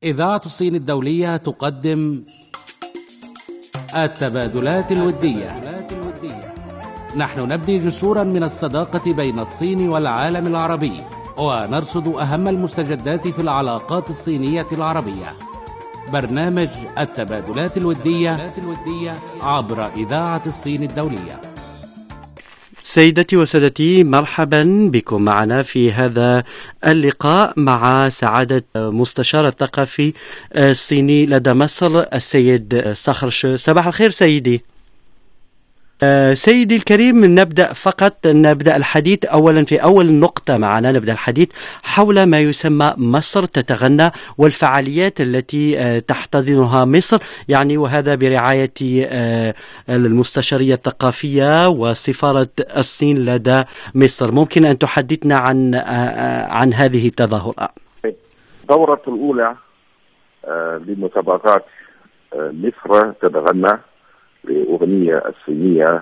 إذاعة الصين الدولية تقدم التبادلات الودية. نحن نبني جسورا من الصداقة بين الصين والعالم العربي، ونرصد أهم المستجدات في العلاقات الصينية العربية. برنامج التبادلات الودية عبر إذاعة الصين الدولية. سيدتي وسادتي، مرحبا بكم معنا في هذا اللقاء مع سعادة مستشار الثقافي الصيني لدى مصر السيد صخرش. صباح الخير سيدي. سيدي الكريم، نبدأ الحديث أولا في أول نقطة معنا. نبدأ الحديث حول ما يسمى مصر تتغنى والفعاليات التي تحتضنها مصر، يعني وهذا برعاية المستشارية الثقافية وسفارة الصين لدى مصر. ممكن أن تحدثنا عن هذه التظاهرات؟ الدورة الأولى لمسابقات مصر تتغنى لأغنية الصينية،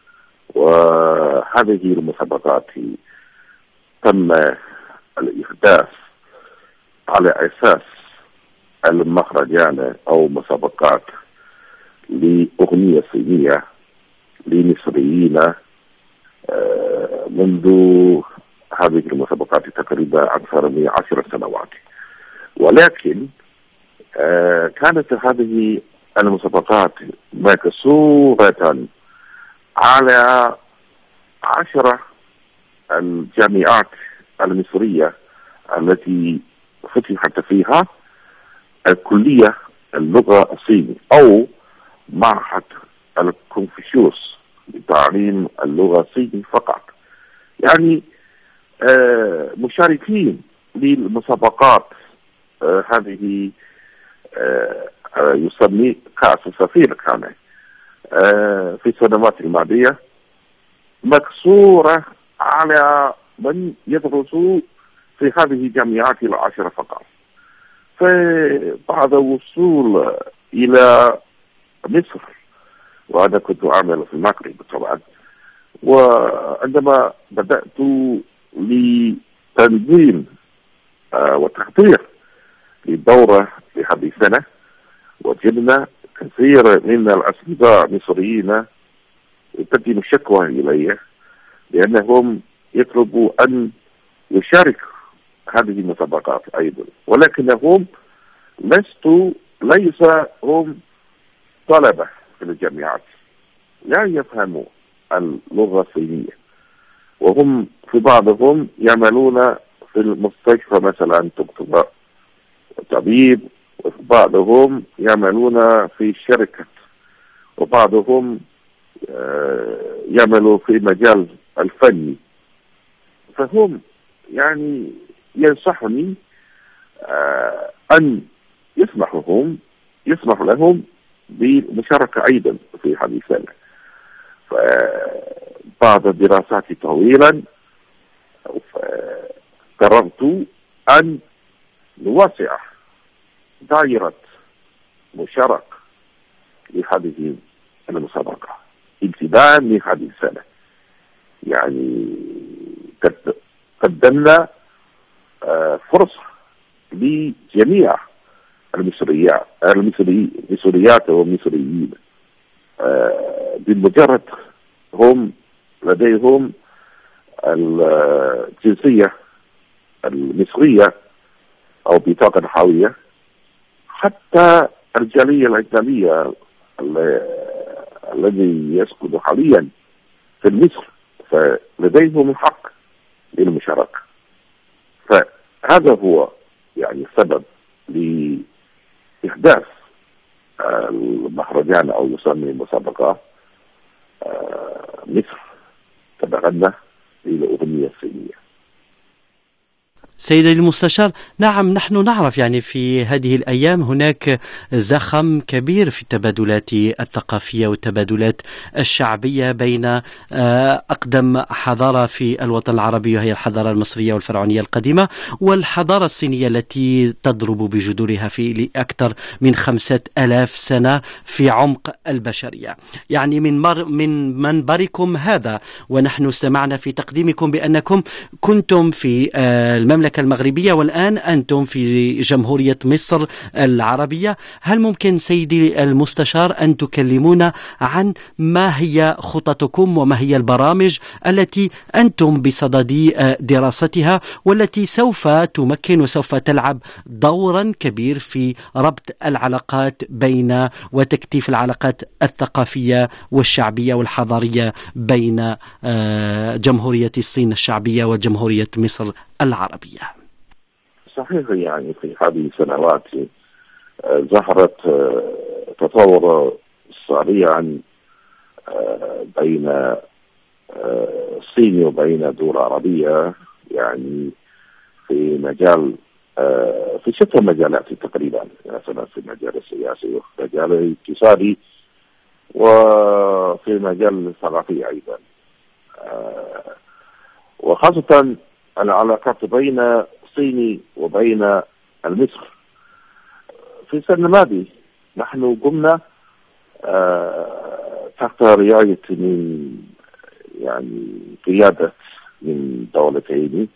وهذه المسابقات تم الإحداث على أساس المهرجان أو مسابقات لأغنية صينية لمصريين منذ هذه المسابقات تقريبا أكثر من 10 سنوات. ولكن كانت هذه المسابقات مقصورة على 10 الجامعات المصرية التي فتحت فيها الكلية اللغة الصينية أو معهد الكونفوشيوس لتعليم اللغة الصينية فقط. يعني مشاركين للمسابقات هذه يسمى كأس السفير كان في السنوات الماضية مقصورة على من يدرس في هذه الجامعات 10 فقط. فبعد وصول إلى مصر، وأنا كنت أعمل في المغرب طبعا، وعندما بدأت لتنظيم وتحضير للدورة في هذه السنة، وجدنا كثير من الأصدقاء المصريين يقدموا شكوى إلي لأنهم يطلبوا أن يشاركوا هذه المسابقات أيضا، ولكنهم ليس هم طلبة في الجامعات، لا يفهموا اللغة الصينية، وهم في بعضهم يعملون في المستشفى مثلا دكتور طبيب، وبعضهم يعملون في شركة، وبعضهم يعملوا في مجال الفني. فهم يعني ينصحني أن يسمح لهم بالمشاركة أيضا في هذه السنة. فبعد دراساتي طويلا قررت أن نوسع دائرة مشاركة لهذه المسابقة ابتداء من هذه السنة. يعني قدمنا فرصة لجميع المصريات والمصريين بمجرد هم لديهم الجنسية المصرية أو بطاقة حاوية، حتى الجالية الأجنبية الذي يسكن حاليا في مصر فلديهم الحق للمشاركة. فهذا هو يعني السبب لإحداث المهرجان أو يسمى مسابقة مصر تتغنى للأغنية الصينية. سيدي المستشار، نعم، نحن نعرف يعني في هذه الأيام هناك زخم كبير في التبادلات الثقافية والتبادلات الشعبية بين أقدم حضارة في الوطن العربي، وهي الحضارة المصرية والفرعونية القديمة، والحضارة الصينية التي تضرب بجذورها في أكثر من 5000 سنة في عمق البشرية. يعني من منبركم هذا، ونحن استمعنا في تقديمكم بأنكم كنتم في المملكة المملكة المغربية، والآن أنتم في جمهورية مصر العربية. هل ممكن سيدي المستشار أن تكلمونا عن ما هي خططكم وما هي البرامج التي أنتم بصدد دراستها، والتي سوف تمكن وسوف تلعب دورا كبير في ربط العلاقات بين وتكثيف العلاقات الثقافية والشعبية والحضارية بين جمهورية الصين الشعبية وجمهورية مصر العربية؟ صحيح، يعني في هذه السنوات ظهرت تطور سريعا بين الصين وبين دول عربية، يعني في مجال في شتى مجالات تقريبا، مثلا في المجال السياسي وفي المجال الاقتصادي وفي المجال الثقافي أيضا، وخاصة العلاقات بين الصين وبين مصر. في السنة الماضية نحن قمنا تحت رعاية من يعني قيادة من دولتين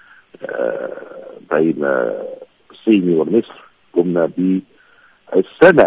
بين الصين ومصر، قمنا بالسنة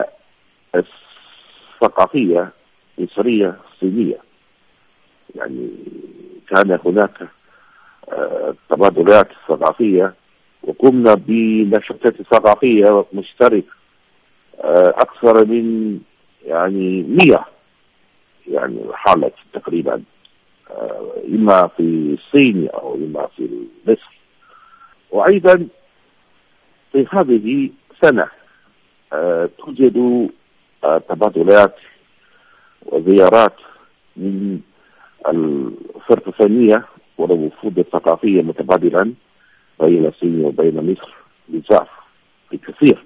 الثقافية المصرية الصينية. يعني كان هناك تبادلات ثقافية، وقمنا بنشاطات ثقافية مشتركة أكثر من يعني 100 يعني حالة تقريبا، إما في الصين أو إما في مصر. وأيضا في هذه السنة توجد تبادلات وزيارات من الفرق الفنية والوفود الثقافية متبادلا بين الصين وبين مصر بزاف كثير.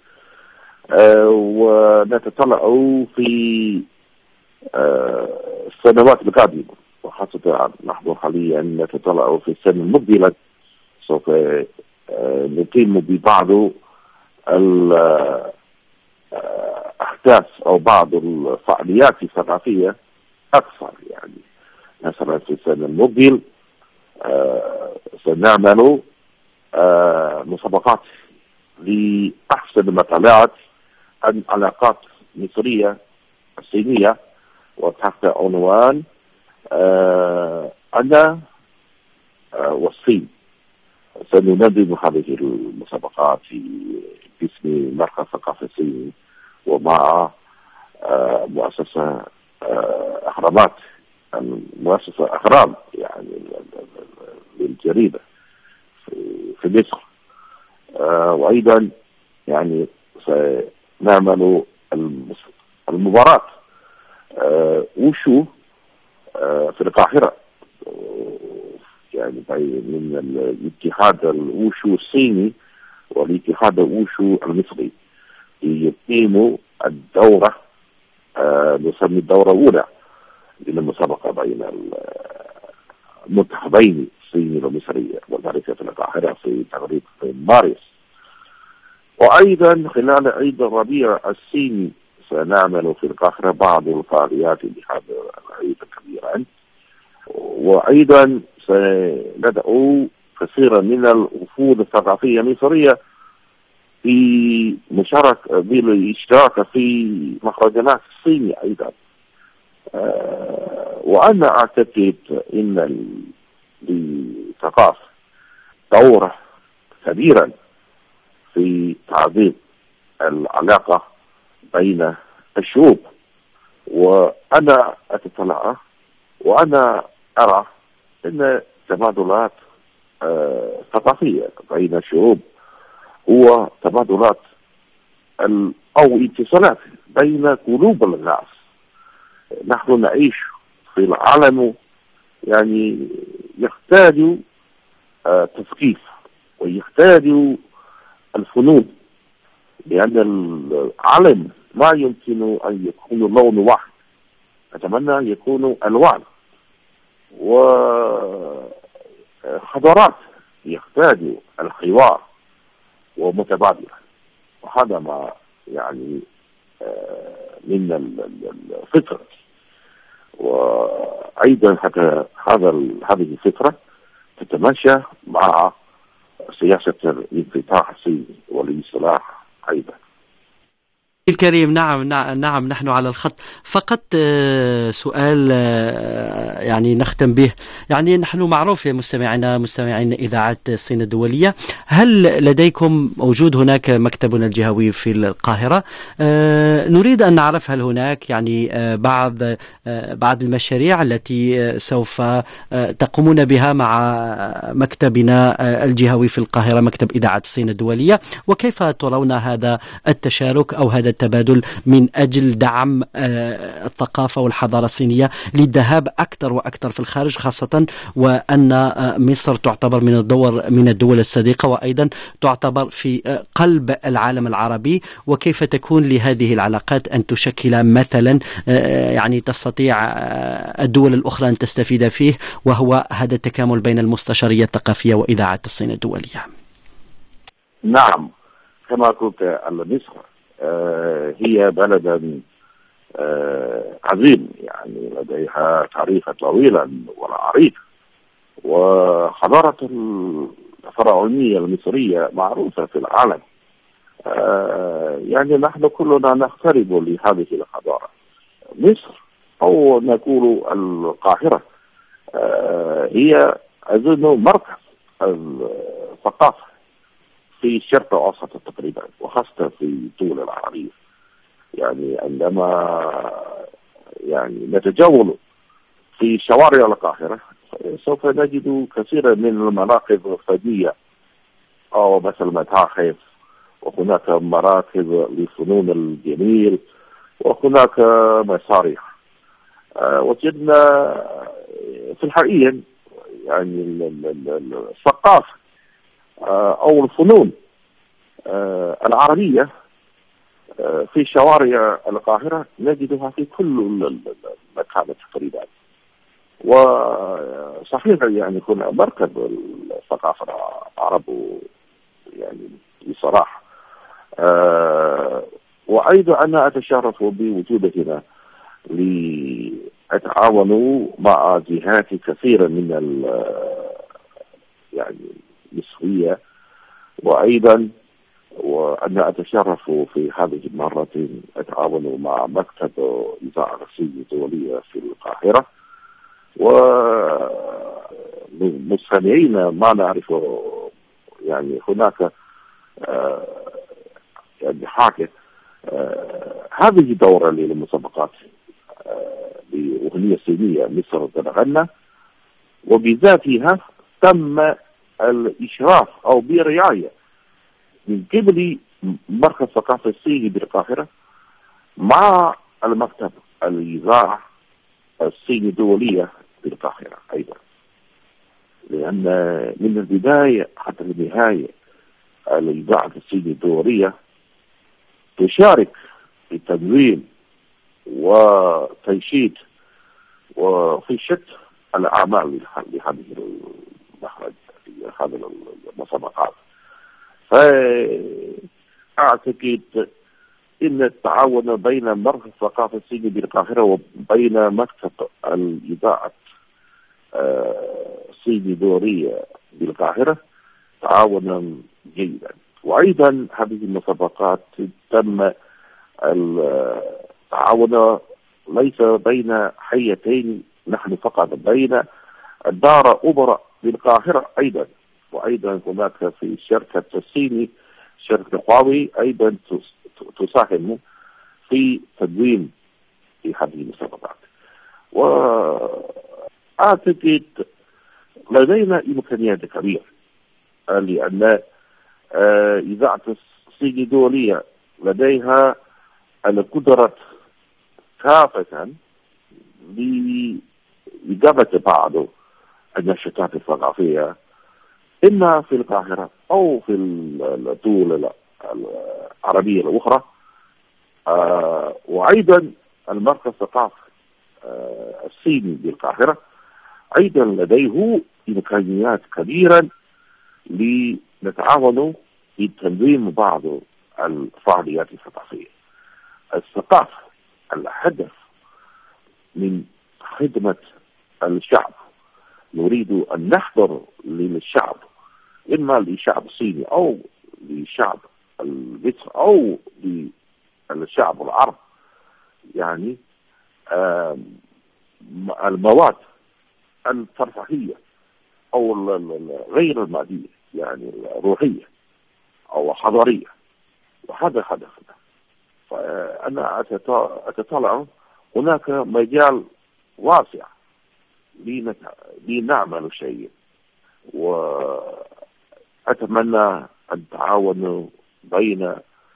ونتطلع في السنوات القادمة، وخاصة نحن حاليا نتطلع في السنة المقبلة سوف نقيم ببعض الأحداث أو بعض الفعاليات الثقافية أكثر. يعني مثلا في السنة المقبل سنعمل مسابقات لأحسن مطالعات عن علاقات مصرية الصينية، وتحت عنوان أنا والصين. سننظم هذه المسابقات باسم مركز ثقافة الصين ومع مؤسسة أهرامات، مؤسسة أهرام يعني للجريدة في مصر. وأيضا يعني سنعمل المباراة وشو في القاهرة، يعني من الاتحاد الوشو الصيني والاتحاد الوشو المصري يقيموا الدورة، نسمي الدورة الأولى للمسابقة بين المنتخبين الصيني والمصري، وذلك في القاهرة في تقريبا في مارس. وأيضا خلال عيد الربيع الصيني سنعمل في القاهرة بعض الفعاليات لهذا العيد الكبير. وأيضا سندعو كثيرا من الوفود الثقافية المصرية في مشاركة بالاشتراك في مهرجانات الصينية أيضا. وأنا أعتقد أن للثقافة دور كبيرا في تعزيز العلاقة بين الشعوب. وأنا أتطلع وأنا أرى أن تبادلات ثقافية بين الشعوب هو تبادلات أو اتصالات بين قلوب الناس. نحن نعيش في العالم يعني يحتاج تثقيف ويحتاج الفنون، لأن العالم ما يمكن أن يكون لون واحد، أتمنى أن يكون ألوان وحضارات يحتاج الحوار ومتبادل. وهذا ما يعني من الفكرة. وأيضا حتى هذه الفكرة تتماشى مع سياسة الانفتاح الصيني والانسلاح أيضا. الكريم، نعم نحن على الخط. فقط سؤال يعني نختم به. يعني نحن معروف يا مستمعين إذاعة الصين الدولية، هل لديكم وجود هناك مكتبنا الجهوي في القاهرة؟ نريد أن نعرف هل هناك يعني بعض المشاريع التي سوف تقومون بها مع مكتبنا الجهوي في القاهرة، مكتب إذاعة الصين الدولية، وكيف ترون هذا التشارك أو هذا التبادل من أجل دعم الثقافة والحضارة الصينية للذهاب أكثر وأكثر في الخارج، خاصة وأن مصر تعتبر من الدول الصديقة، وأيضا تعتبر في قلب العالم العربي، وكيف تكون لهذه العلاقات أن تشكل مثلا يعني تستطيع الدول الأخرى أن تستفيد فيه، وهو هذا التكامل بين المستشارية الثقافية وإذاعة الصين الدولية. نعم، كما قلت أن مصر هي بلد عظيم، يعني لديها تاريخ طويلا وعريق، وحضارة الفرعونية المصرية معروفة في العالم. يعني نحن كلنا نقترب لهذه الحضارة. مصر أو نقول القاهرة هي أظن مركز الثقافة في الشرق الأوسط تقريبا، وخاصة في الدول العربية. يعني عندما يعني نتجول في شوارع القاهرة سوف نجد كثيرا من المراكز الفنية، أو مثل متاحف، وهناك مراكز للفنون الجميل، وهناك مسارح. وجدنا في الحقيقة يعني الثقافة أو الفنون العربية في شوارع القاهرة نجدها في كل مكان تقريبا. وصحيح يعني هنا مركز الثقافة العرب يعني بصراحة. وأيضا أنا أتشرف بوجودنا لأتعاون مع جهات كثيرة من يعني مصرية، وأيضا وأنا أتشرف في هذه المرة أتعاون مع مكتب إذاعة الصين الدولية في القاهرة، ومستمعين ما نعرف يعني هناك يعني حاجة هذه دورة للمسابقات بأغنية صينية مصر تتغنى، وبذاتها تم الإشراف أو برعاية من قبل مركز ثقافة الصيني بالقاهرة مع المكتب الإذاعة الصيني الدولية بالقاهرة أيضا، لأن من البداية حتى النهاية الإذاعة الصينية الدولية تشارك في تدوين وتنشيط وفي شتى الأعمال لهذه المخرج في هذه المسابقات. فأعتقد إن التعاون بين مركز الثقافة الصيني بالقاهرة وبين مكتب الإذاعة الصيني الدولية بالقاهرة تعاونا جيدا. وأيضا هذه المسابقات تم التعاون ليس بين حيتين نحن فقط، بين الدار أوبرا بالقاهرة أيضا، وأيضا هناك في شركة الصيني شركة هواوي أيضا تساهم في تدوين في هذه المسابقات. وأعتقد لدينا إمكانيات كبيرة، لأن إذاعة الصين الدولية لديها القدرة كافة لإجابة بعض النشاطات الثقافية إما في القاهرة أو في الدول العربية الأخرى. وأيضا المركز الثقافي الصيني بالقاهرة أيضا لديه إمكانيات كبيرة لنتعاون في تنظيم بعض الفعاليات الثقافية. الثقافة الهدف من خدمة الشعب، نريد أن نحضر للشعب إما للشعب الصيني أو للشعب المصري أو للشعب العرب، يعني المواد الترفيهية أو غير المادية، يعني الروحية أو حضارية، وهذا هدفنا. فأنا أتطلع هناك مجال واسع لنعمل شيء، وأتمنى أن تعاونوا بين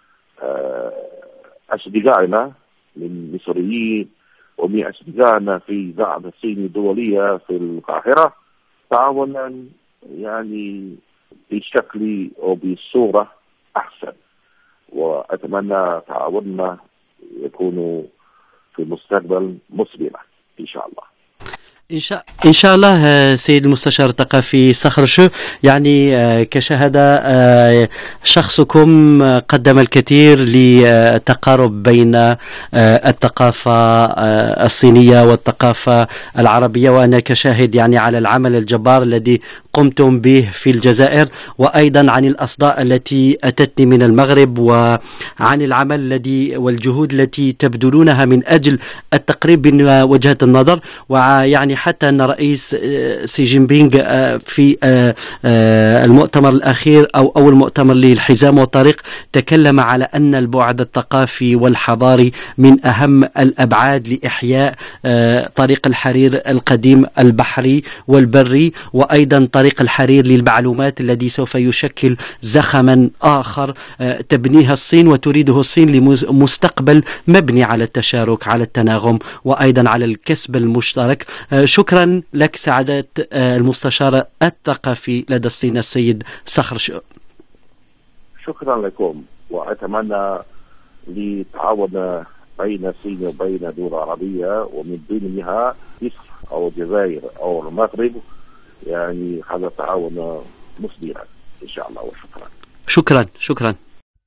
أصدقائنا من مصريين ومن أصدقائنا في إذاعة الصينية الدولية في القاهرة تعاونا يعني بشكل أو بصورة أحسن، وأتمنى تعاوننا يكون في المستقبل مثمرا إن شاء الله. إن شاء الله. سيد المستشار الثقافي صخر شو، يعني كشهادة شخصكم قدم الكثير للتقارب بين الثقافة الصينية والثقافة العربية، وأنا كشاهد يعني على العمل الجبار الذي قمتم به في الجزائر، وأيضا عن الأصداء التي أتتني من المغرب، وعن العمل الذي والجهود التي تبذلونها من أجل التقريب بين وجهات النظر. ويعني حتى أن رئيس سي جين بينغ في المؤتمر الأخير أو المؤتمر للحزام والطريق تكلم على أن البعد الثقافي والحضاري من أهم الأبعاد لإحياء طريق الحرير القديم البحري والبري، وأيضا طريق الحرير للمعلومات الذي سوف يشكل زخما آخر تبنيها الصين وتريده الصين لمستقبل مبني على التشارك، على التناغم، وأيضا على الكسب المشترك. شكرا لك سعادة المستشار الثقافي لدى الصين السيد صخر شو. شكرا لكم، وأتمنى لتعاون بين الصين وبين دول عربية ومن ضمنها مصر أو الجزائر أو المغرب، يعني هذا تعاون مثمرا إن شاء الله. وشكرا. شكرا.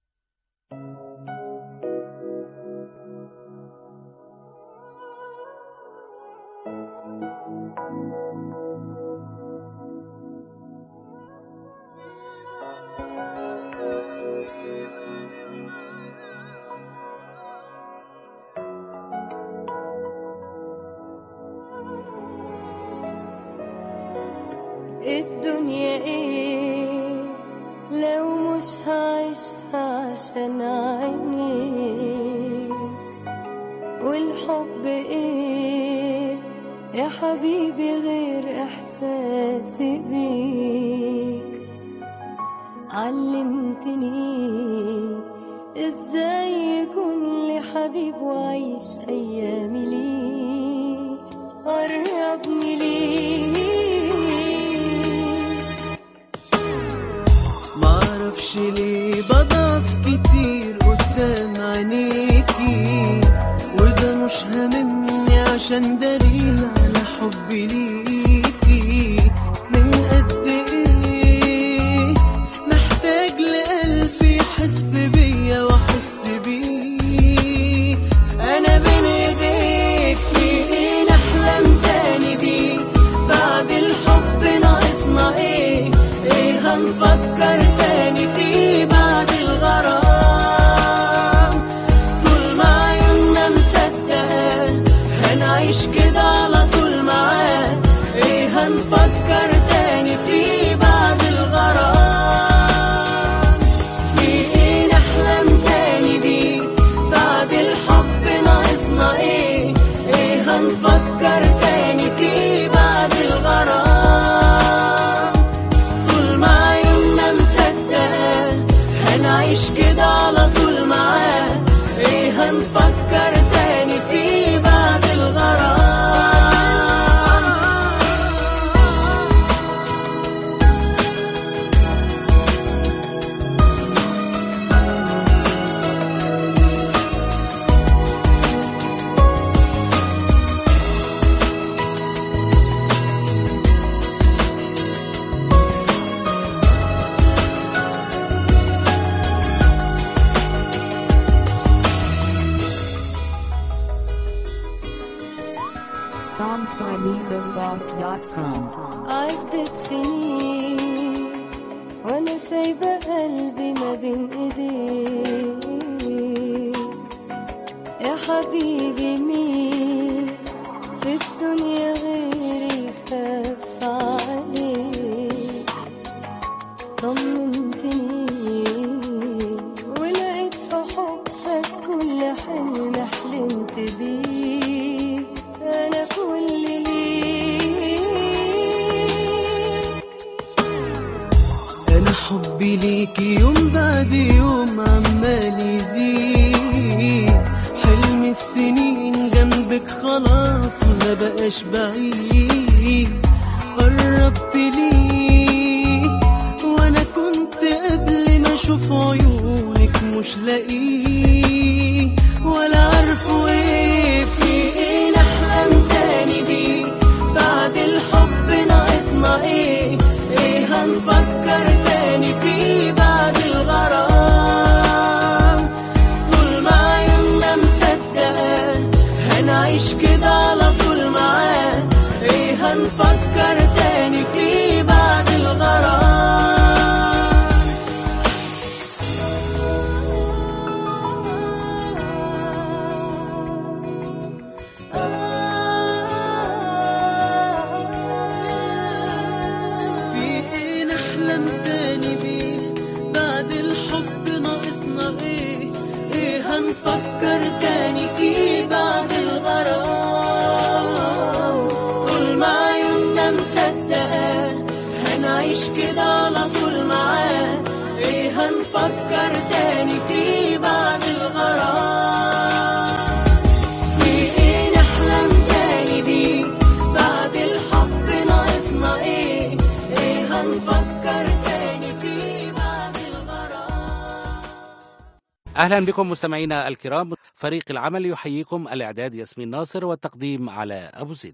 الدنيا ايه لو مش هعيشها عشان عينيك، والحب ايه يا حبيبي غير احساسي بيك. علمتني ازاي يكون لي حبيب وعيش ايامي ليك. قربني ليك، معرفش ليه بضعف كتير قدام عينيكي، وده مش هاممني عشان دليل على حبي ليكي. من قد ايه محتاج لقلبي يحس بيا واحس بيه. انا بين ايديك، في ايه نحلم تاني بيه؟ بعد الحب ناقصنا ايه؟ ايه هنفكر تاني فيه بعد الغرام؟ طول ما عيوننا مصدقة هنعيش كده على طول معاه. ايه هنفكر تاني فيه بعد الغرام؟ في ايه نحلم تاني بيه؟ بعد الحب ناقصنا ايه؟ ايه هنفكر تاني فيه بعد الغرام؟ طول ما عيوننا مصدقة هنعيش كده على طول معاه. ايه هنفكر تاني فيه بعد الغرام؟ عدت سنين وانا سايبة قلبي ما بين ايديك يا حبيبي. مين في الدنيا غيري خاف عليك؟ طمنتني ولقيت في حبك كل حلم حلمت بيه. انا كل ليك. انا حبي ليك يوم بعد يوم عمال يزيد. حلم السنين جنبك خلاص ما بقاش بعيد. قربت ليه وانا كنت قبل ما اشوف عيونك مش لاقيه ولا عارفه ايه. في ايه نحلم تاني بيه بعد الحب ناقصنا ايه؟ ايه هنفكر تاني فيه بعد الغرام؟ طول ما عيوننا مصدقة هنعيش كده على طول معاه. ايه هنفكر تاني فيه بعد الغرام؟ في ايه نحلم تاني بيه بعد الحب ناقصنا ايه؟ ايه هنفكر تاني فيه بعد الغرام؟ طول ما عيوننا مصدقة هنعيش كده على طول معاه. ايه هنفكر تاني فيه بعد الغرام؟ في ايه نحلم تاني بيه بعد الحب ناقصنا ايه؟ ايه هنفكر تاني فيه بعد الغرام؟ أهلا بكم مستمعينا الكرام. فريق العمل يحييكم، الإعداد ياسمين ناصر والتقديم على أبو زيد.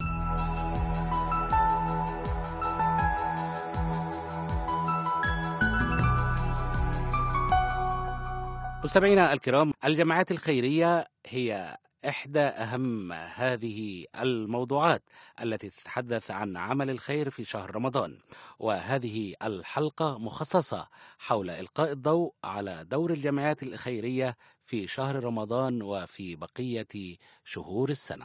مستمعينا الكرام، الجمعيات الخيرية هي إحدى أهم هذه الموضوعات التي تتحدث عن عمل الخير في شهر رمضان، وهذه الحلقة مخصصة حول إلقاء الضوء على دور الجمعيات الخيرية في شهر رمضان وفي بقية شهور السنة.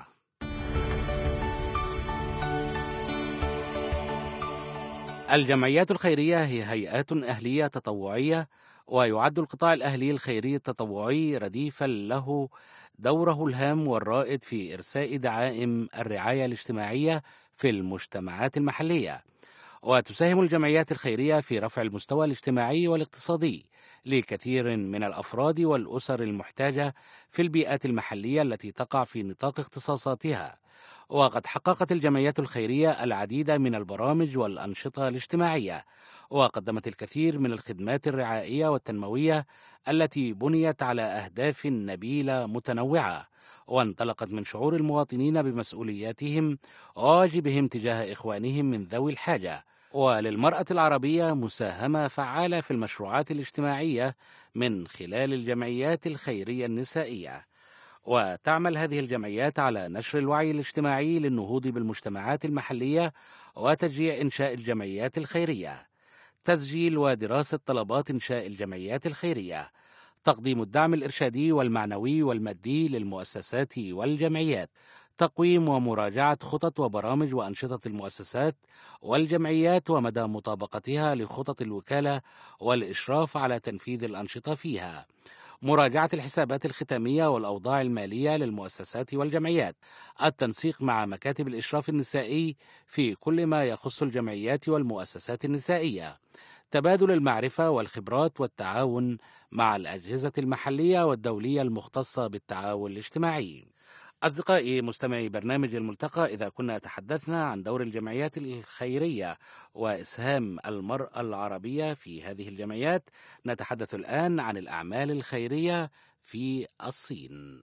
الجمعيات الخيرية هي هيئات أهلية تطوعية، ويعد القطاع الأهلي الخيري التطوعي رديفا له دوره الهام والرائد في إرساء دعائم الرعاية الاجتماعية في المجتمعات المحلية. وتساهم الجمعيات الخيرية في رفع المستوى الاجتماعي والاقتصادي لكثير من الأفراد والأسر المحتاجة في البيئات المحلية التي تقع في نطاق اختصاصاتها. وقد حققت الجمعيات الخيرية العديد من البرامج والأنشطة الاجتماعية، وقدمت الكثير من الخدمات الرعائية والتنموية التي بنيت على أهداف نبيلة متنوعة، وانطلقت من شعور المواطنين بمسؤولياتهم وواجبهم تجاه إخوانهم من ذوي الحاجة. وللمرأة العربية مساهمة فعالة في المشروعات الاجتماعية من خلال الجمعيات الخيرية النسائية. وتعمل هذه الجمعيات على نشر الوعي الاجتماعي للنهوض بالمجتمعات المحلية وتشجيع إنشاء الجمعيات الخيرية، تسجيل ودراسة طلبات إنشاء الجمعيات الخيرية، تقديم الدعم الإرشادي والمعنوي والمادي للمؤسسات والجمعيات، تقويم ومراجعة خطط وبرامج وأنشطة المؤسسات والجمعيات ومدى مطابقتها لخطط الوكالة والإشراف على تنفيذ الأنشطة فيها، مراجعة الحسابات الختامية والأوضاع المالية للمؤسسات والجمعيات، التنسيق مع مكاتب الإشراف النسائي في كل ما يخص الجمعيات والمؤسسات النسائية، تبادل المعرفة والخبرات والتعاون مع الأجهزة المحلية والدولية المختصة بالتعاون الاجتماعي. أصدقائي مستمعي برنامج الملتقى، إذا كنا تحدثنا عن دور الجمعيات الخيرية وإسهام المرأة العربية في هذه الجمعيات، نتحدث الآن عن الأعمال الخيرية في الصين.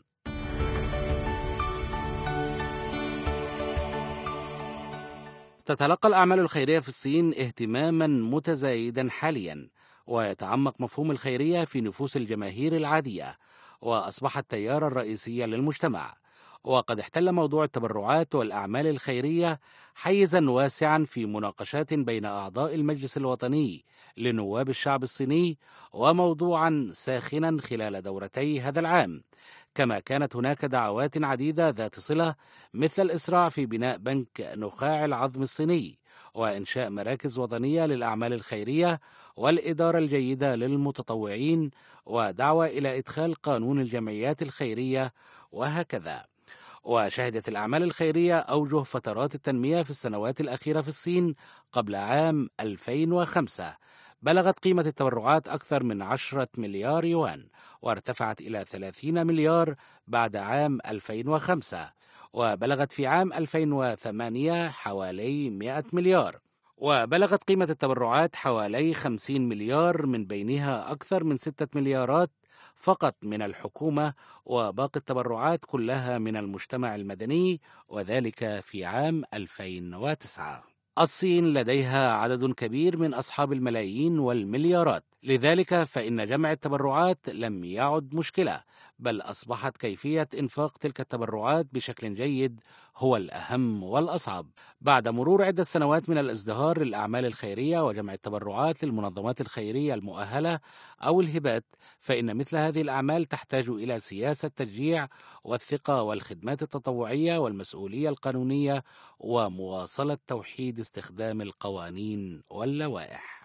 تتلقى الأعمال الخيرية في الصين اهتماما متزايدا حاليا، ويتعمق مفهوم الخيرية في نفوس الجماهير العادية، وأصبحت تيارا رئيسيا للمجتمع. وقد احتل موضوع التبرعات والأعمال الخيرية حيزا واسعا في مناقشات بين أعضاء المجلس الوطني لنواب الشعب الصيني، وموضوعا ساخنا خلال دورتي هذا العام. كما كانت هناك دعوات عديدة ذات صلة، مثل الإسراع في بناء بنك نخاع العظم الصيني، وإنشاء مراكز وطنية للأعمال الخيرية، والإدارة الجيدة للمتطوعين، ودعوة إلى إدخال قانون الجمعيات الخيرية، وهكذا. وشهدت الأعمال الخيرية أوجه فترات التنمية في السنوات الأخيرة في الصين. قبل عام 2005 بلغت قيمة التبرعات أكثر من 10 مليار يوان، وارتفعت إلى 30 مليار بعد عام 2005، وبلغت في عام 2008 حوالي 100 مليار. وبلغت قيمة التبرعات حوالي 50 مليار، من بينها أكثر من 6 مليارات فقط من الحكومة، وباقي التبرعات كلها من المجتمع المدني، وذلك في عام 2009. الصين لديها عدد كبير من أصحاب الملايين والمليارات، لذلك فإن جمع التبرعات لم يعد مشكلة، بل أصبحت كيفية إنفاق تلك التبرعات بشكل جيد هو الأهم والأصعب. بعد مرور عدة سنوات من الازدهار للأعمال الخيرية وجمع التبرعات للمنظمات الخيرية المؤهلة أو الهبات، فإن مثل هذه الأعمال تحتاج إلى سياسة تشجيع والثقة والخدمات التطوعية والمسؤولية القانونية، ومواصلة توحيد استخدام القوانين واللوائح.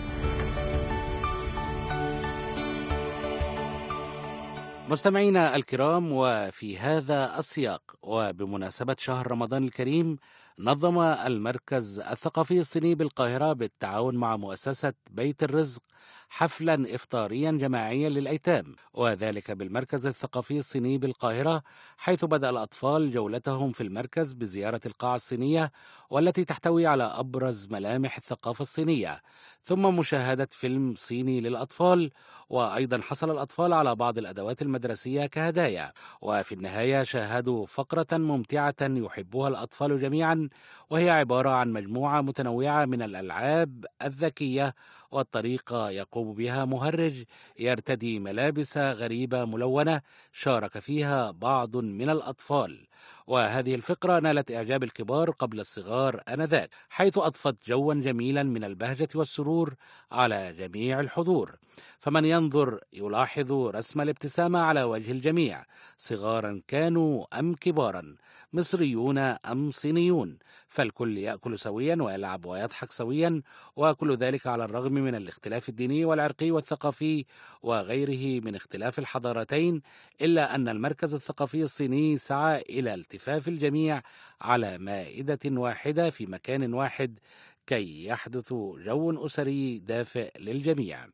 مستمعينا الكرام، وفي هذا السياق وبمناسبة شهر رمضان الكريم، نظم المركز الثقافي الصيني بالقاهرة بالتعاون مع مؤسسة بيت الرزق حفلا إفطاريا جماعيا للأيتام، وذلك بالمركز الثقافي الصيني بالقاهرة، حيث بدأ الأطفال جولتهم في المركز بزيارة القاعة الصينية والتي تحتوي على أبرز ملامح الثقافة الصينية، ثم مشاهدة فيلم صيني للأطفال، وأيضا حصل الأطفال على بعض الأدوات المدرسية كهدايا. وفي النهاية شاهدوا فقرة ممتعة يحبها الأطفال جميعا، وهي عبارة عن مجموعة متنوعة من الألعاب الذكية والطريقة يقوم بها مهرج يرتدي ملابس غريبة ملونة شارك فيها بعض من الأطفال. وهذه الفقرة نالت إعجاب الكبار قبل الصغار آنذاك، حيث أضفت جوا جميلا من البهجة والسرور على جميع الحضور. فمن ينظر يلاحظ رسم الابتسامة على وجه الجميع، صغارا كانوا أم كبارا، مصريون أم صينيون، فالكل يأكل سويا ويلعب ويضحك سويا، وكل ذلك على الرغم من الاختلاف الديني والعرقي والثقافي وغيره من اختلاف الحضارتين، إلا أن المركز الثقافي الصيني سعى إلى التفاف الجميع على مائدة واحدة في مكان واحد كي يحدث جو أسري دافئ للجميع.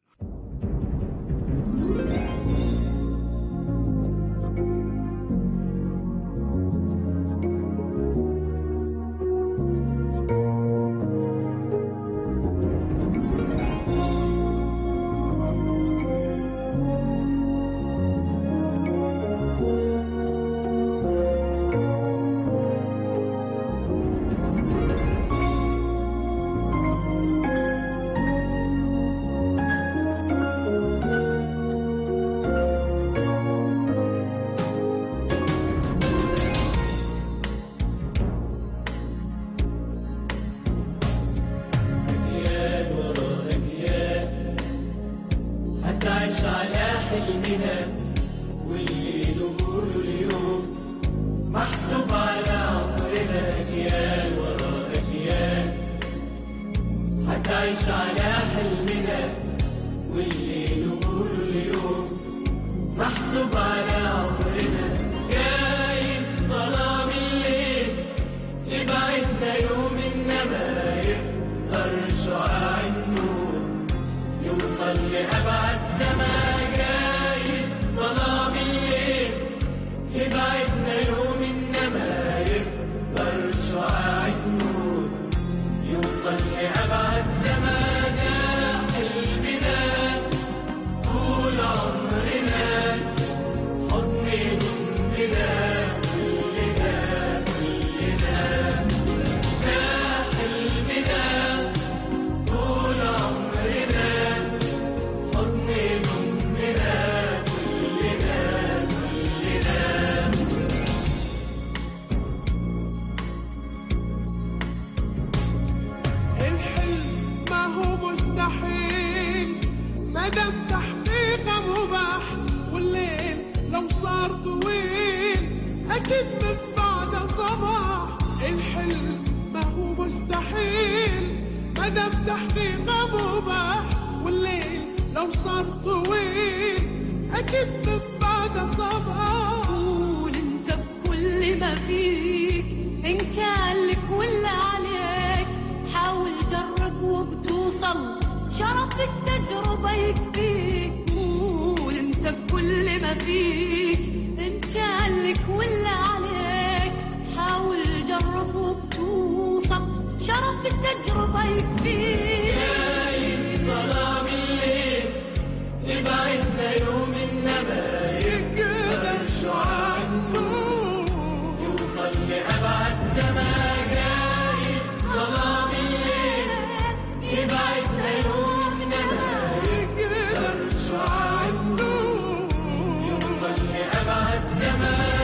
صار طويل أكيد من بعد صباح. الحلم ما هو مستحيل مدام تحقيقه مباح. والليل لو صار طويل أكيد من بعد صباح. قول انت بكل ما فيك إن كان لك ولا عليك، حاول جرب وبتوصل، شرفك تجربة يكفيك. قول انت بكل ما فيك إن كان لك ولا عليك، حاول جرب وبتوصل، شرفك تجربة يكفيك. جايز ظلام الليل يبعدنا يوم النبا، يقدر شعاع النور يوصل لأبعد سما. جايز ظلام الليل يبعدنا يوم النبا، يقدر شعاع النور يوصل لأبعد سما.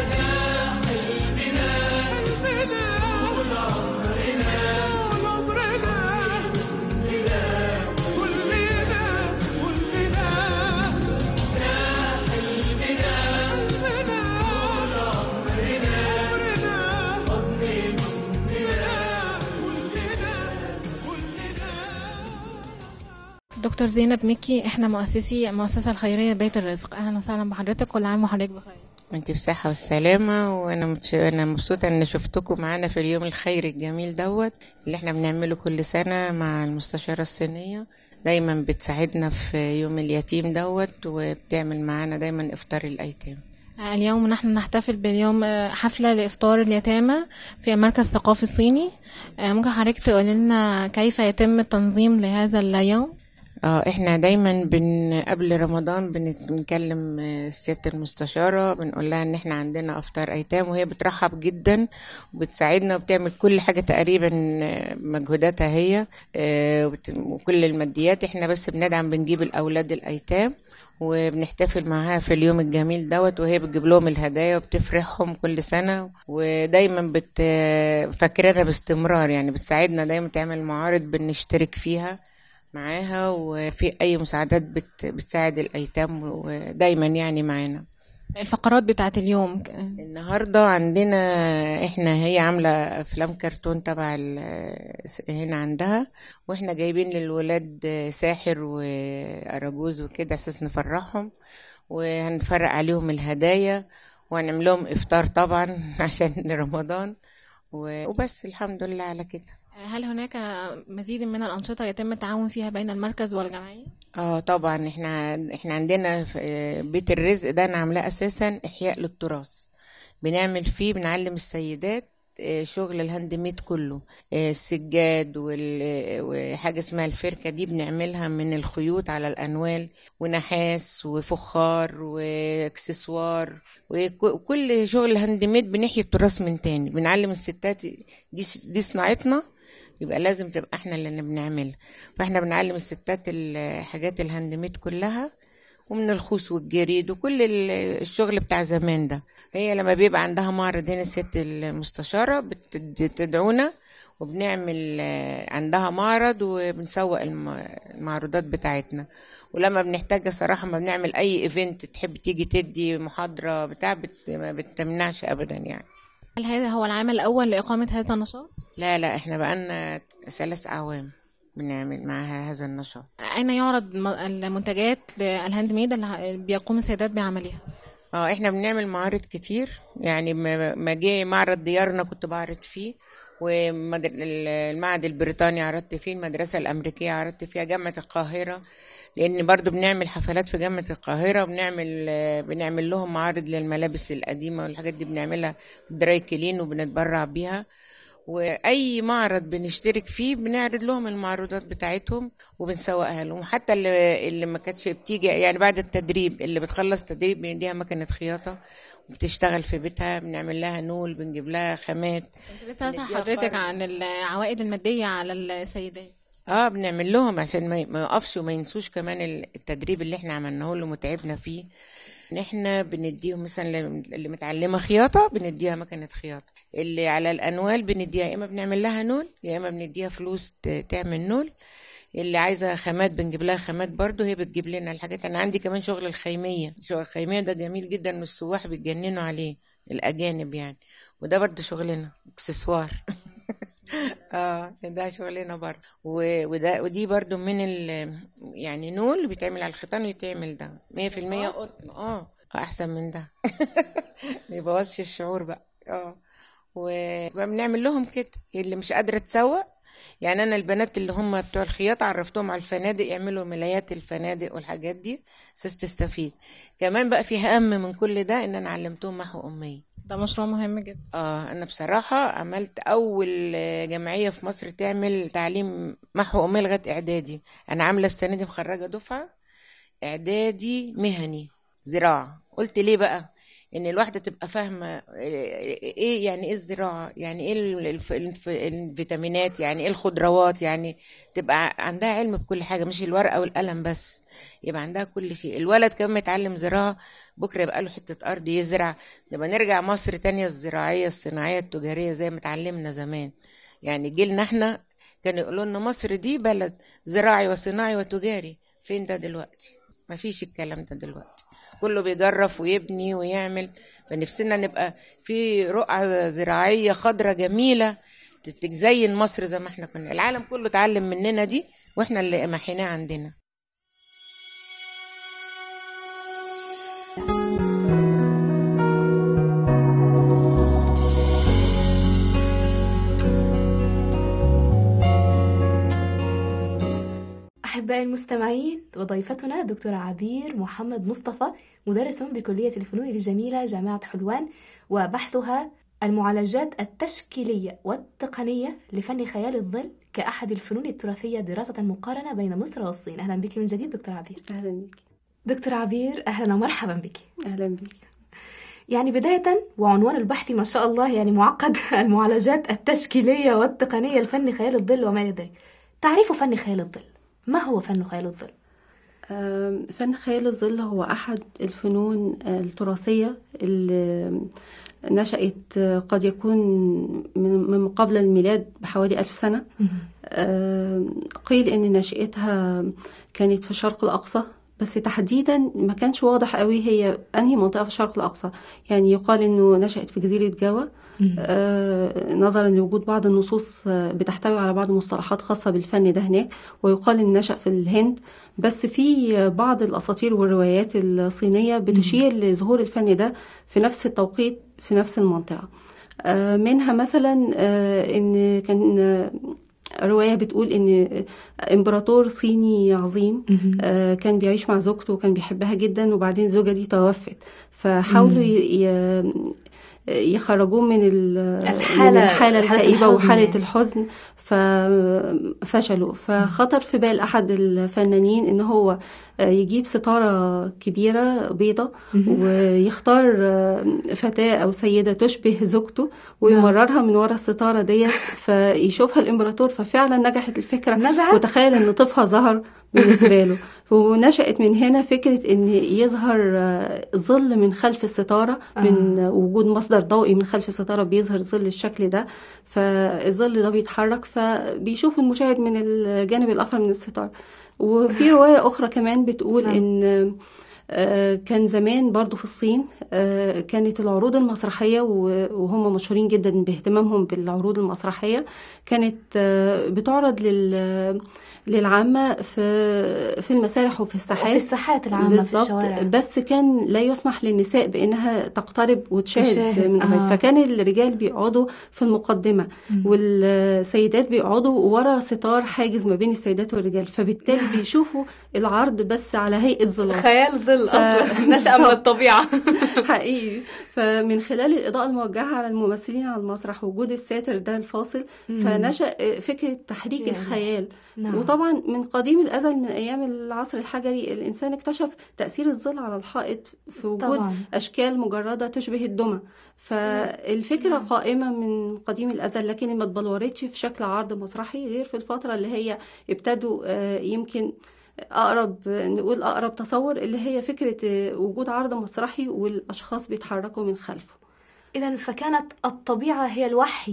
دكتور زينب مكي، احنا مؤسسي المؤسسة الخيرية بيت الرزق. اهلا وسهلا بحضرتك، كل عام وحضرتك بخير. وانت بصحة والسلامة. وانا مبسوطة ان شفتكم معانا في اليوم الخيري الجميل دوت اللي احنا بنعمله كل سنة مع المستشارة الصينية. دايما بتساعدنا في يوم اليتيم دوت، وبتعمل معانا دايما افطار الايتام. اليوم نحن نحتفل باليوم حفلة لإفطار اليتامى في المركز الثقافي الصيني. ممكن حضرتك تقول لنا كيف يتم التنظيم لهذا اليوم؟ احنا دايما قبل رمضان بنكلم سيادة المستشارة، بنقول لها ان احنا عندنا افطار ايتام، وهي بترحب جدا وبتساعدنا وبتعمل كل حاجة تقريبا مجهوداتها هي، وكل الماديات. احنا بس بنجيب الاولاد الايتام وبنحتفل معاها في اليوم الجميل دوت، وهي بتجيب لهم الهدايا وبتفرحهم كل سنة، ودايما فاكرينها باستمرار. يعني بتساعدنا دايما تعمل معارض بنشترك فيها معاها، وفي اي مساعدات بتساعد الايتام، ودايما يعني معانا. الفقرات بتاعت اليوم النهارده عندنا هي عامله افلام كرتون تبع هنا عندها، واحنا جايبين للولاد ساحر واراجوز وكده اساس نفرحهم، وهنفرق عليهم الهدايا، وهنعمل لهم افطار طبعا عشان رمضان، وبس. الحمد لله على كده. هل هناك مزيد من الأنشطة يتم التعاون فيها بين المركز والجمعية؟ طبعا احنا عندنا بيت الرزق ده انا عاملاه اساسا احياء للتراث. بنعمل فيه بنعلم السيدات شغل الهاند ميد كله، السجاد وحاجه اسمها الفركه دي بنعملها من الخيوط على الانوال، ونحاس وفخار واكسسوار، وكل شغل الهاند ميد بنحيي التراث من تاني. بنعلم الستات دي صناعتنا، يبقى لازم تبقى احنا اللي بنعملها. فاحنا بنعلم الستات الحاجات الهاند ميد كلها، ومن الخوص والجريد وكل الشغل بتاع زمان ده. هي لما بيبقى عندها معرض هنا ست المستشارة بتدعونا، وبنعمل عندها معرض وبنسوق المعروضات بتاعتنا. ولما بنحتاجها صراحة ما بنعمل اي ايفنت تحب تيجي تدي محاضرة ما بتمنعش ابدا يعني. هل هذا هو العام الأول لإقامة هذا النشاط؟ لا احنا بقالنا 3 أعوام بنعمل معها هذا النشاط. أين يعرض المنتجات الهاند ميد اللي بيقوم السيدات بعملها؟ احنا بنعمل معارض كتير. يعني ما جه معرض ديارنا كنت بعرض فيه، والمعهد البريطاني عرضت فيه، المدرسة الأمريكية عرضت فيها، جامعة القاهرة، لأن برضو بنعمل حفلات في جامعة القاهرة، بنعمل لهم معارض للملابس القديمة والحاجات دي، بنعملها دراي كلين وبنتبرع بيها. واي معرض بنشترك فيه بنعرض لهم المعروضات بتاعتهم وبنسوقها لهم. حتى اللي ما كانتش بتيجي يعني بعد التدريب، اللي بتخلص تدريب بنديها مكنه خياطه وبتشتغل في بيتها، بنعمل لها نول، بنجيب لها خامات. كنت لسه هسأل حضرتك عن العوائد الماديه على السيدات. بنعمل لهم عشان ما يقفش وما ينسوش كمان التدريب اللي احنا عملناه لهم وتعبنا فيه. احنا بنديهم مثلا اللي متعلمه خياطه بنديها مكنه خياطه، اللي على الانوال بنديها يا اما بنعمل لها نول يا اما بنديها فلوس تعمل نول، اللي عايزه خامات بنجيب لها خامات برضو، هي بتجيب لنا الحاجات. انا عندي كمان شغل الخيميه، شغل الخيميه ده جميل جدا، من السواح بيتجننوا عليه الاجانب يعني، وده برضو شغلنا اكسسوار. ده شغلنا برضو. ودي برضو من يعني نول بيتعمل على الخيطان، ويتعمل ده 100% قطن. احسن من ده. ما يبوظش الشعور بقى. وبنعمل لهم كده اللي مش قادره تسوق. يعني انا البنات اللي هم بتوع الخياطه عرفتهم على الفنادق يعملوا ملايات الفنادق والحاجات دي، اساس تستفيد. كمان بقى في اهم من كل ده ان انا علمتهم محو اميه. ده مشروع مهم جدا. انا بصراحه عملت اول جمعيه في مصر تعمل تعليم محو اميه لغايه اعدادي. انا عامله السنه دي مخرجه دفعه اعدادي مهني زراعه. قلت ليه بقى؟ ان الواحده تبقى فاهمه ايه يعني ايه الزراعه، يعني ايه الفيتامينات، يعني ايه الخضروات، يعني تبقى عندها علم بكل حاجه، مش الورقه والقلم بس، يبقى عندها كل شيء. الولد كمان يتعلم زراعه، بكره يبقى له حته ارض يزرع. نبقى نرجع مصر تانية الزراعيه الصناعيه التجاريه زي ما اتعلمنا زمان. يعني جيلنا احنا كانوا يقولوا لنا مصر دي بلد زراعي وصناعي وتجاري. فين ده دلوقتي؟ مفيش الكلام ده دلوقتي، كله بيجرف ويبني ويعمل. فنفسنا نبقى في رقعة زراعية خضرة جميلة تزين مصر زي ما احنا كنا. العالم كله اتعلم مننا دي، واحنا اللي محيناه عندنا. أحبائي المستمعين، وضيفتنا دكتورة عبير محمد مصطفى، مدرس بكلية الفنون الجميلة جامعة حلوان، وبحثها المعالجات التشكيلية والتقنية لفن خيال الظل كأحد الفنون التراثية دراسة مقارنة بين مصر والصين. أهلا بك من جديد دكتورة عبير. أهلا بك دكتورة عبير، أهلا ومرحبا بك. أهلا بك. يعني بداية وعنوان البحث ما شاء الله يعني معقد، المعالجات التشكيلية والتقنية لفن خيال الظل وما إلى ذلك. تعريف فن خيال الظل، ما هو فن خيال الظل؟ فن خيال الظل هو أحد الفنون التراثية اللي نشأت قد يكون من قبل الميلاد بحوالي 1000 سنة. قيل إن نشأتها كانت في الشرق الأقصى، بس تحديدا ما كانش واضح قوي هي أنهي منطقة في الشرق الأقصى. يعني يقال إنه نشأت في جزيرة جاوا، نظرا لوجود بعض النصوص بتحتوي على بعض المصطلحات خاصة بالفن ده هناك، ويقال إن نشأ في الهند. بس في بعض الأساطير والروايات الصينية بتشير لظهور الفن ده في نفس التوقيت في نفس المنطقة. منها مثلا إن كان رواية بتقول إن إمبراطور صيني عظيم كان بيعيش مع زوجته وكان بيحبها جدا، وبعدين الزوجة دي توفت، فحاولوا يخرجوه من الحالة الكئيبة وحالة الحزن، ففشلوا. فخطر في بال أحد الفنانين إن هو يجيب ستارة كبيرة بيضة ويختار فتاة أو سيدة تشبه زوجته ويمررها من وراء الستارة دي فيشوفها الإمبراطور. ففعلا نجحت الفكرة، وتخيل أن طفها ظهر بالنسبة له. ونشأت من هنا فكرة أن يظهر ظل من خلف الستارة، من وجود مصدر ضوئي من خلف الستارة بيظهر ظل الشكل ده، فالظل ده بيتحرك فبيشوف المشاهد من الجانب الآخر من الستارة. وفي رواية أخرى كمان بتقول إن كان زمان برضو في الصين كانت العروض المسرحية، وهم مشهورين جدا باهتمامهم بالعروض المسرحية، كانت بتعرض للعامة في المسارح وفي الساحات العامة في الشوارع. بس كان لا يسمح للنساء بأنها تقترب وتشاهد من قبل. فكان الرجال بيقعدوا في المقدمة والسيدات بيقعدوا ورا ستار حاجز ما بين السيدات والرجال، فبالتالي بيشوفوا العرض بس على هيئة ظلال، خيال ظل أصلا نشأ من الطبيعة. حقيقي. فمن خلال الإضاءة الموجهة على الممثلين على المسرح وجود الساتر ده الفاصل، فنشأ فكرة تحريك الخيال. وطبعا من قديم الأزل من أيام العصر الحجري الإنسان اكتشف تأثير الظل على الحائط في وجود أشكال مجردة تشبه الدمى. فالفكرة قائمة من قديم الأزل، لكن ما اتبلورتش في شكل عرض مسرحي غير في الفترة اللي هي ابتدوا يمكن نقول أقرب تصور اللي هي فكرة وجود عرض مسرحي والأشخاص بيتحركوا من خلفه. إذن فكانت الطبيعة هي الوحي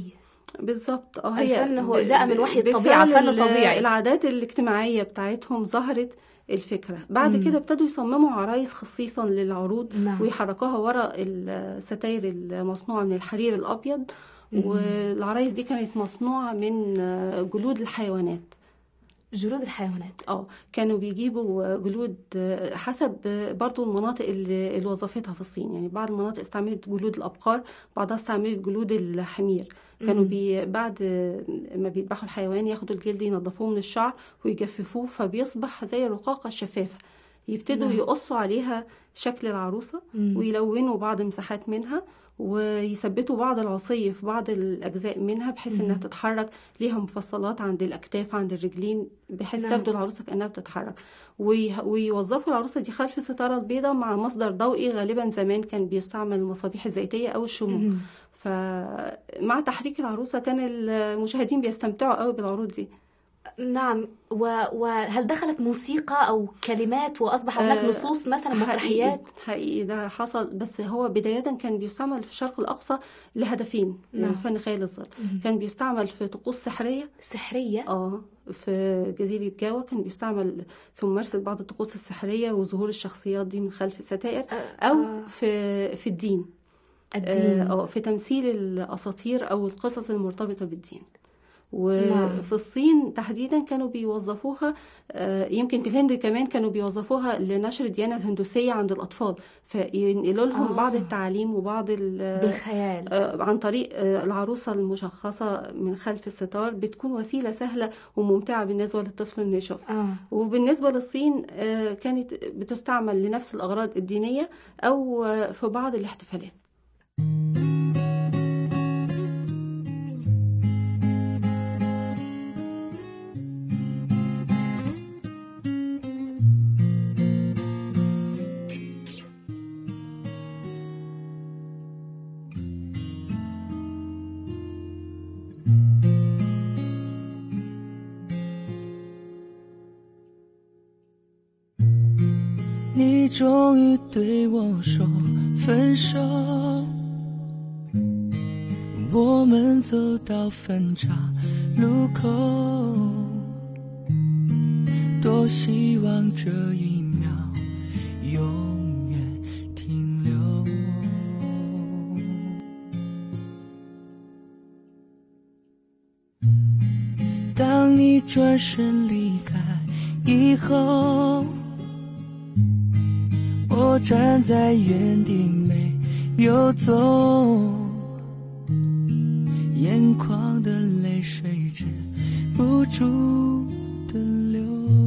بالظبط. الفن هو جاء من وحي الطبيعة، فن طبيعي. العادات الاجتماعية بتاعتهم ظهرت الفكرة. بعد كده ابتدوا يصمموا عرايس خصيصا للعروض ويحركوها وراء الستاير المصنوعة من الحرير الأبيض. والعرايس دي كانت مصنوعة من جلود الحيوانات. جلود الحيوانات كانوا بيجيبوا جلود حسب برضو المناطق اللي وظفتها في الصين. يعني بعض المناطق استعملت جلود الأبقار، بعضها استعملت جلود الحمير. كانوا بعد ما بيذبحوا الحيوان ياخدوا الجلد ينظفوه من الشعر ويجففوه فبيصبح زي الرقاقة الشفافة. يبتدوا يقصوا عليها شكل العروسة ويلونوا بعض مساحات منها ويثبتوا بعض العصي في بعض الأجزاء منها بحيث أنها تتحرك. ليها مفصلات عند الأكتاف عند الرجلين بحيث تبدو العروسة كأنها بتتحرك. ويوظفوا العروسة دي خلف الستارة البيضاء مع مصدر ضوئي. غالبا زمان كان بيستعمل المصابيح الزيتية أو الشموع. فمع تحريك العروسة كان المشاهدين بيستمتعوا قوي بالعروض دي. نعم. وهل دخلت موسيقى أو كلمات وأصبح هناك نصوص مثلا مسرحيات؟ حقيقي ده حصل، بس هو بداية كان بيستعمل في الشرق الأقصى لهدفين. فن خيال الظل كان بيستعمل في طقوس سحرية في جزيرة جاوا. كان بيستعمل في ممارسة بعض الطقوس السحرية وظهور الشخصيات دي من خلف الستائر أو في الدين. في تمثيل الأساطير أو القصص المرتبطة بالدين. وفي الصين تحديدا كانوا بيوظفوها، يمكن في الهند كمان كانوا بيوظفوها لنشر الديانة الهندوسية عند الأطفال، فينقلوا لهم بعض التعاليم وبعض بالخيال عن طريق العروسة المشخصة من خلف الستار. بتكون وسيلة سهلة وممتعة بالنسبة للطفل إنه يشوفها. وبالنسبة للصين كانت بتستعمل لنفس الأغراض الدينية أو في بعض الاحتفالات. 你终于对我说分手，我们走到分岔路口，多希望这一秒永远停留。当你转身离开以后，我站在原地没有走，眼眶的泪水止不住的流，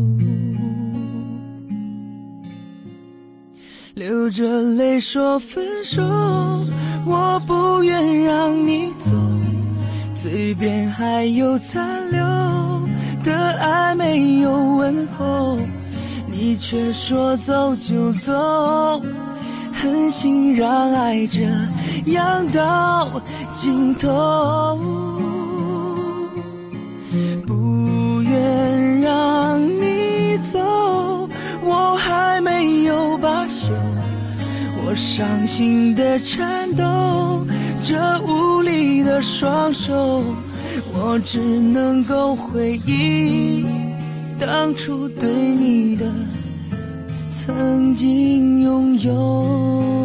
流着泪说分手，我不愿让你走，嘴边还有残留的爱没有问候，你却说走就走，狠心让爱这样到尽头，不愿让你走，我还没有罢休，我伤心的颤抖，这无力的双手，我只能够回忆当初对你的曾经拥有。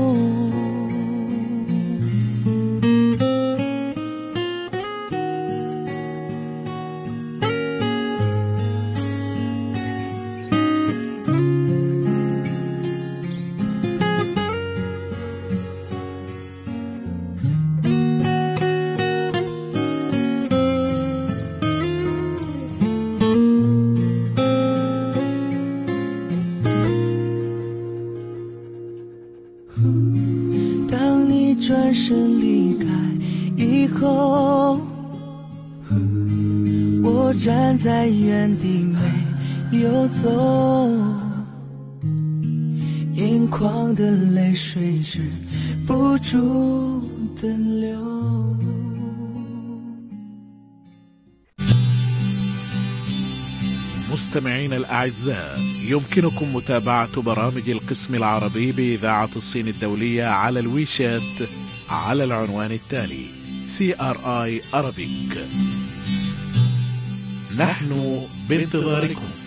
转身离开以后，我站在原地没有走，眼眶的泪水止不住的流。 مستمعين الأعزاء، يمكنكم متابعة برامج القسم العربي بإذاعة الصين الدولية على الويشات على العنوان التالي CRI Arabic. نحن بانتظاركم.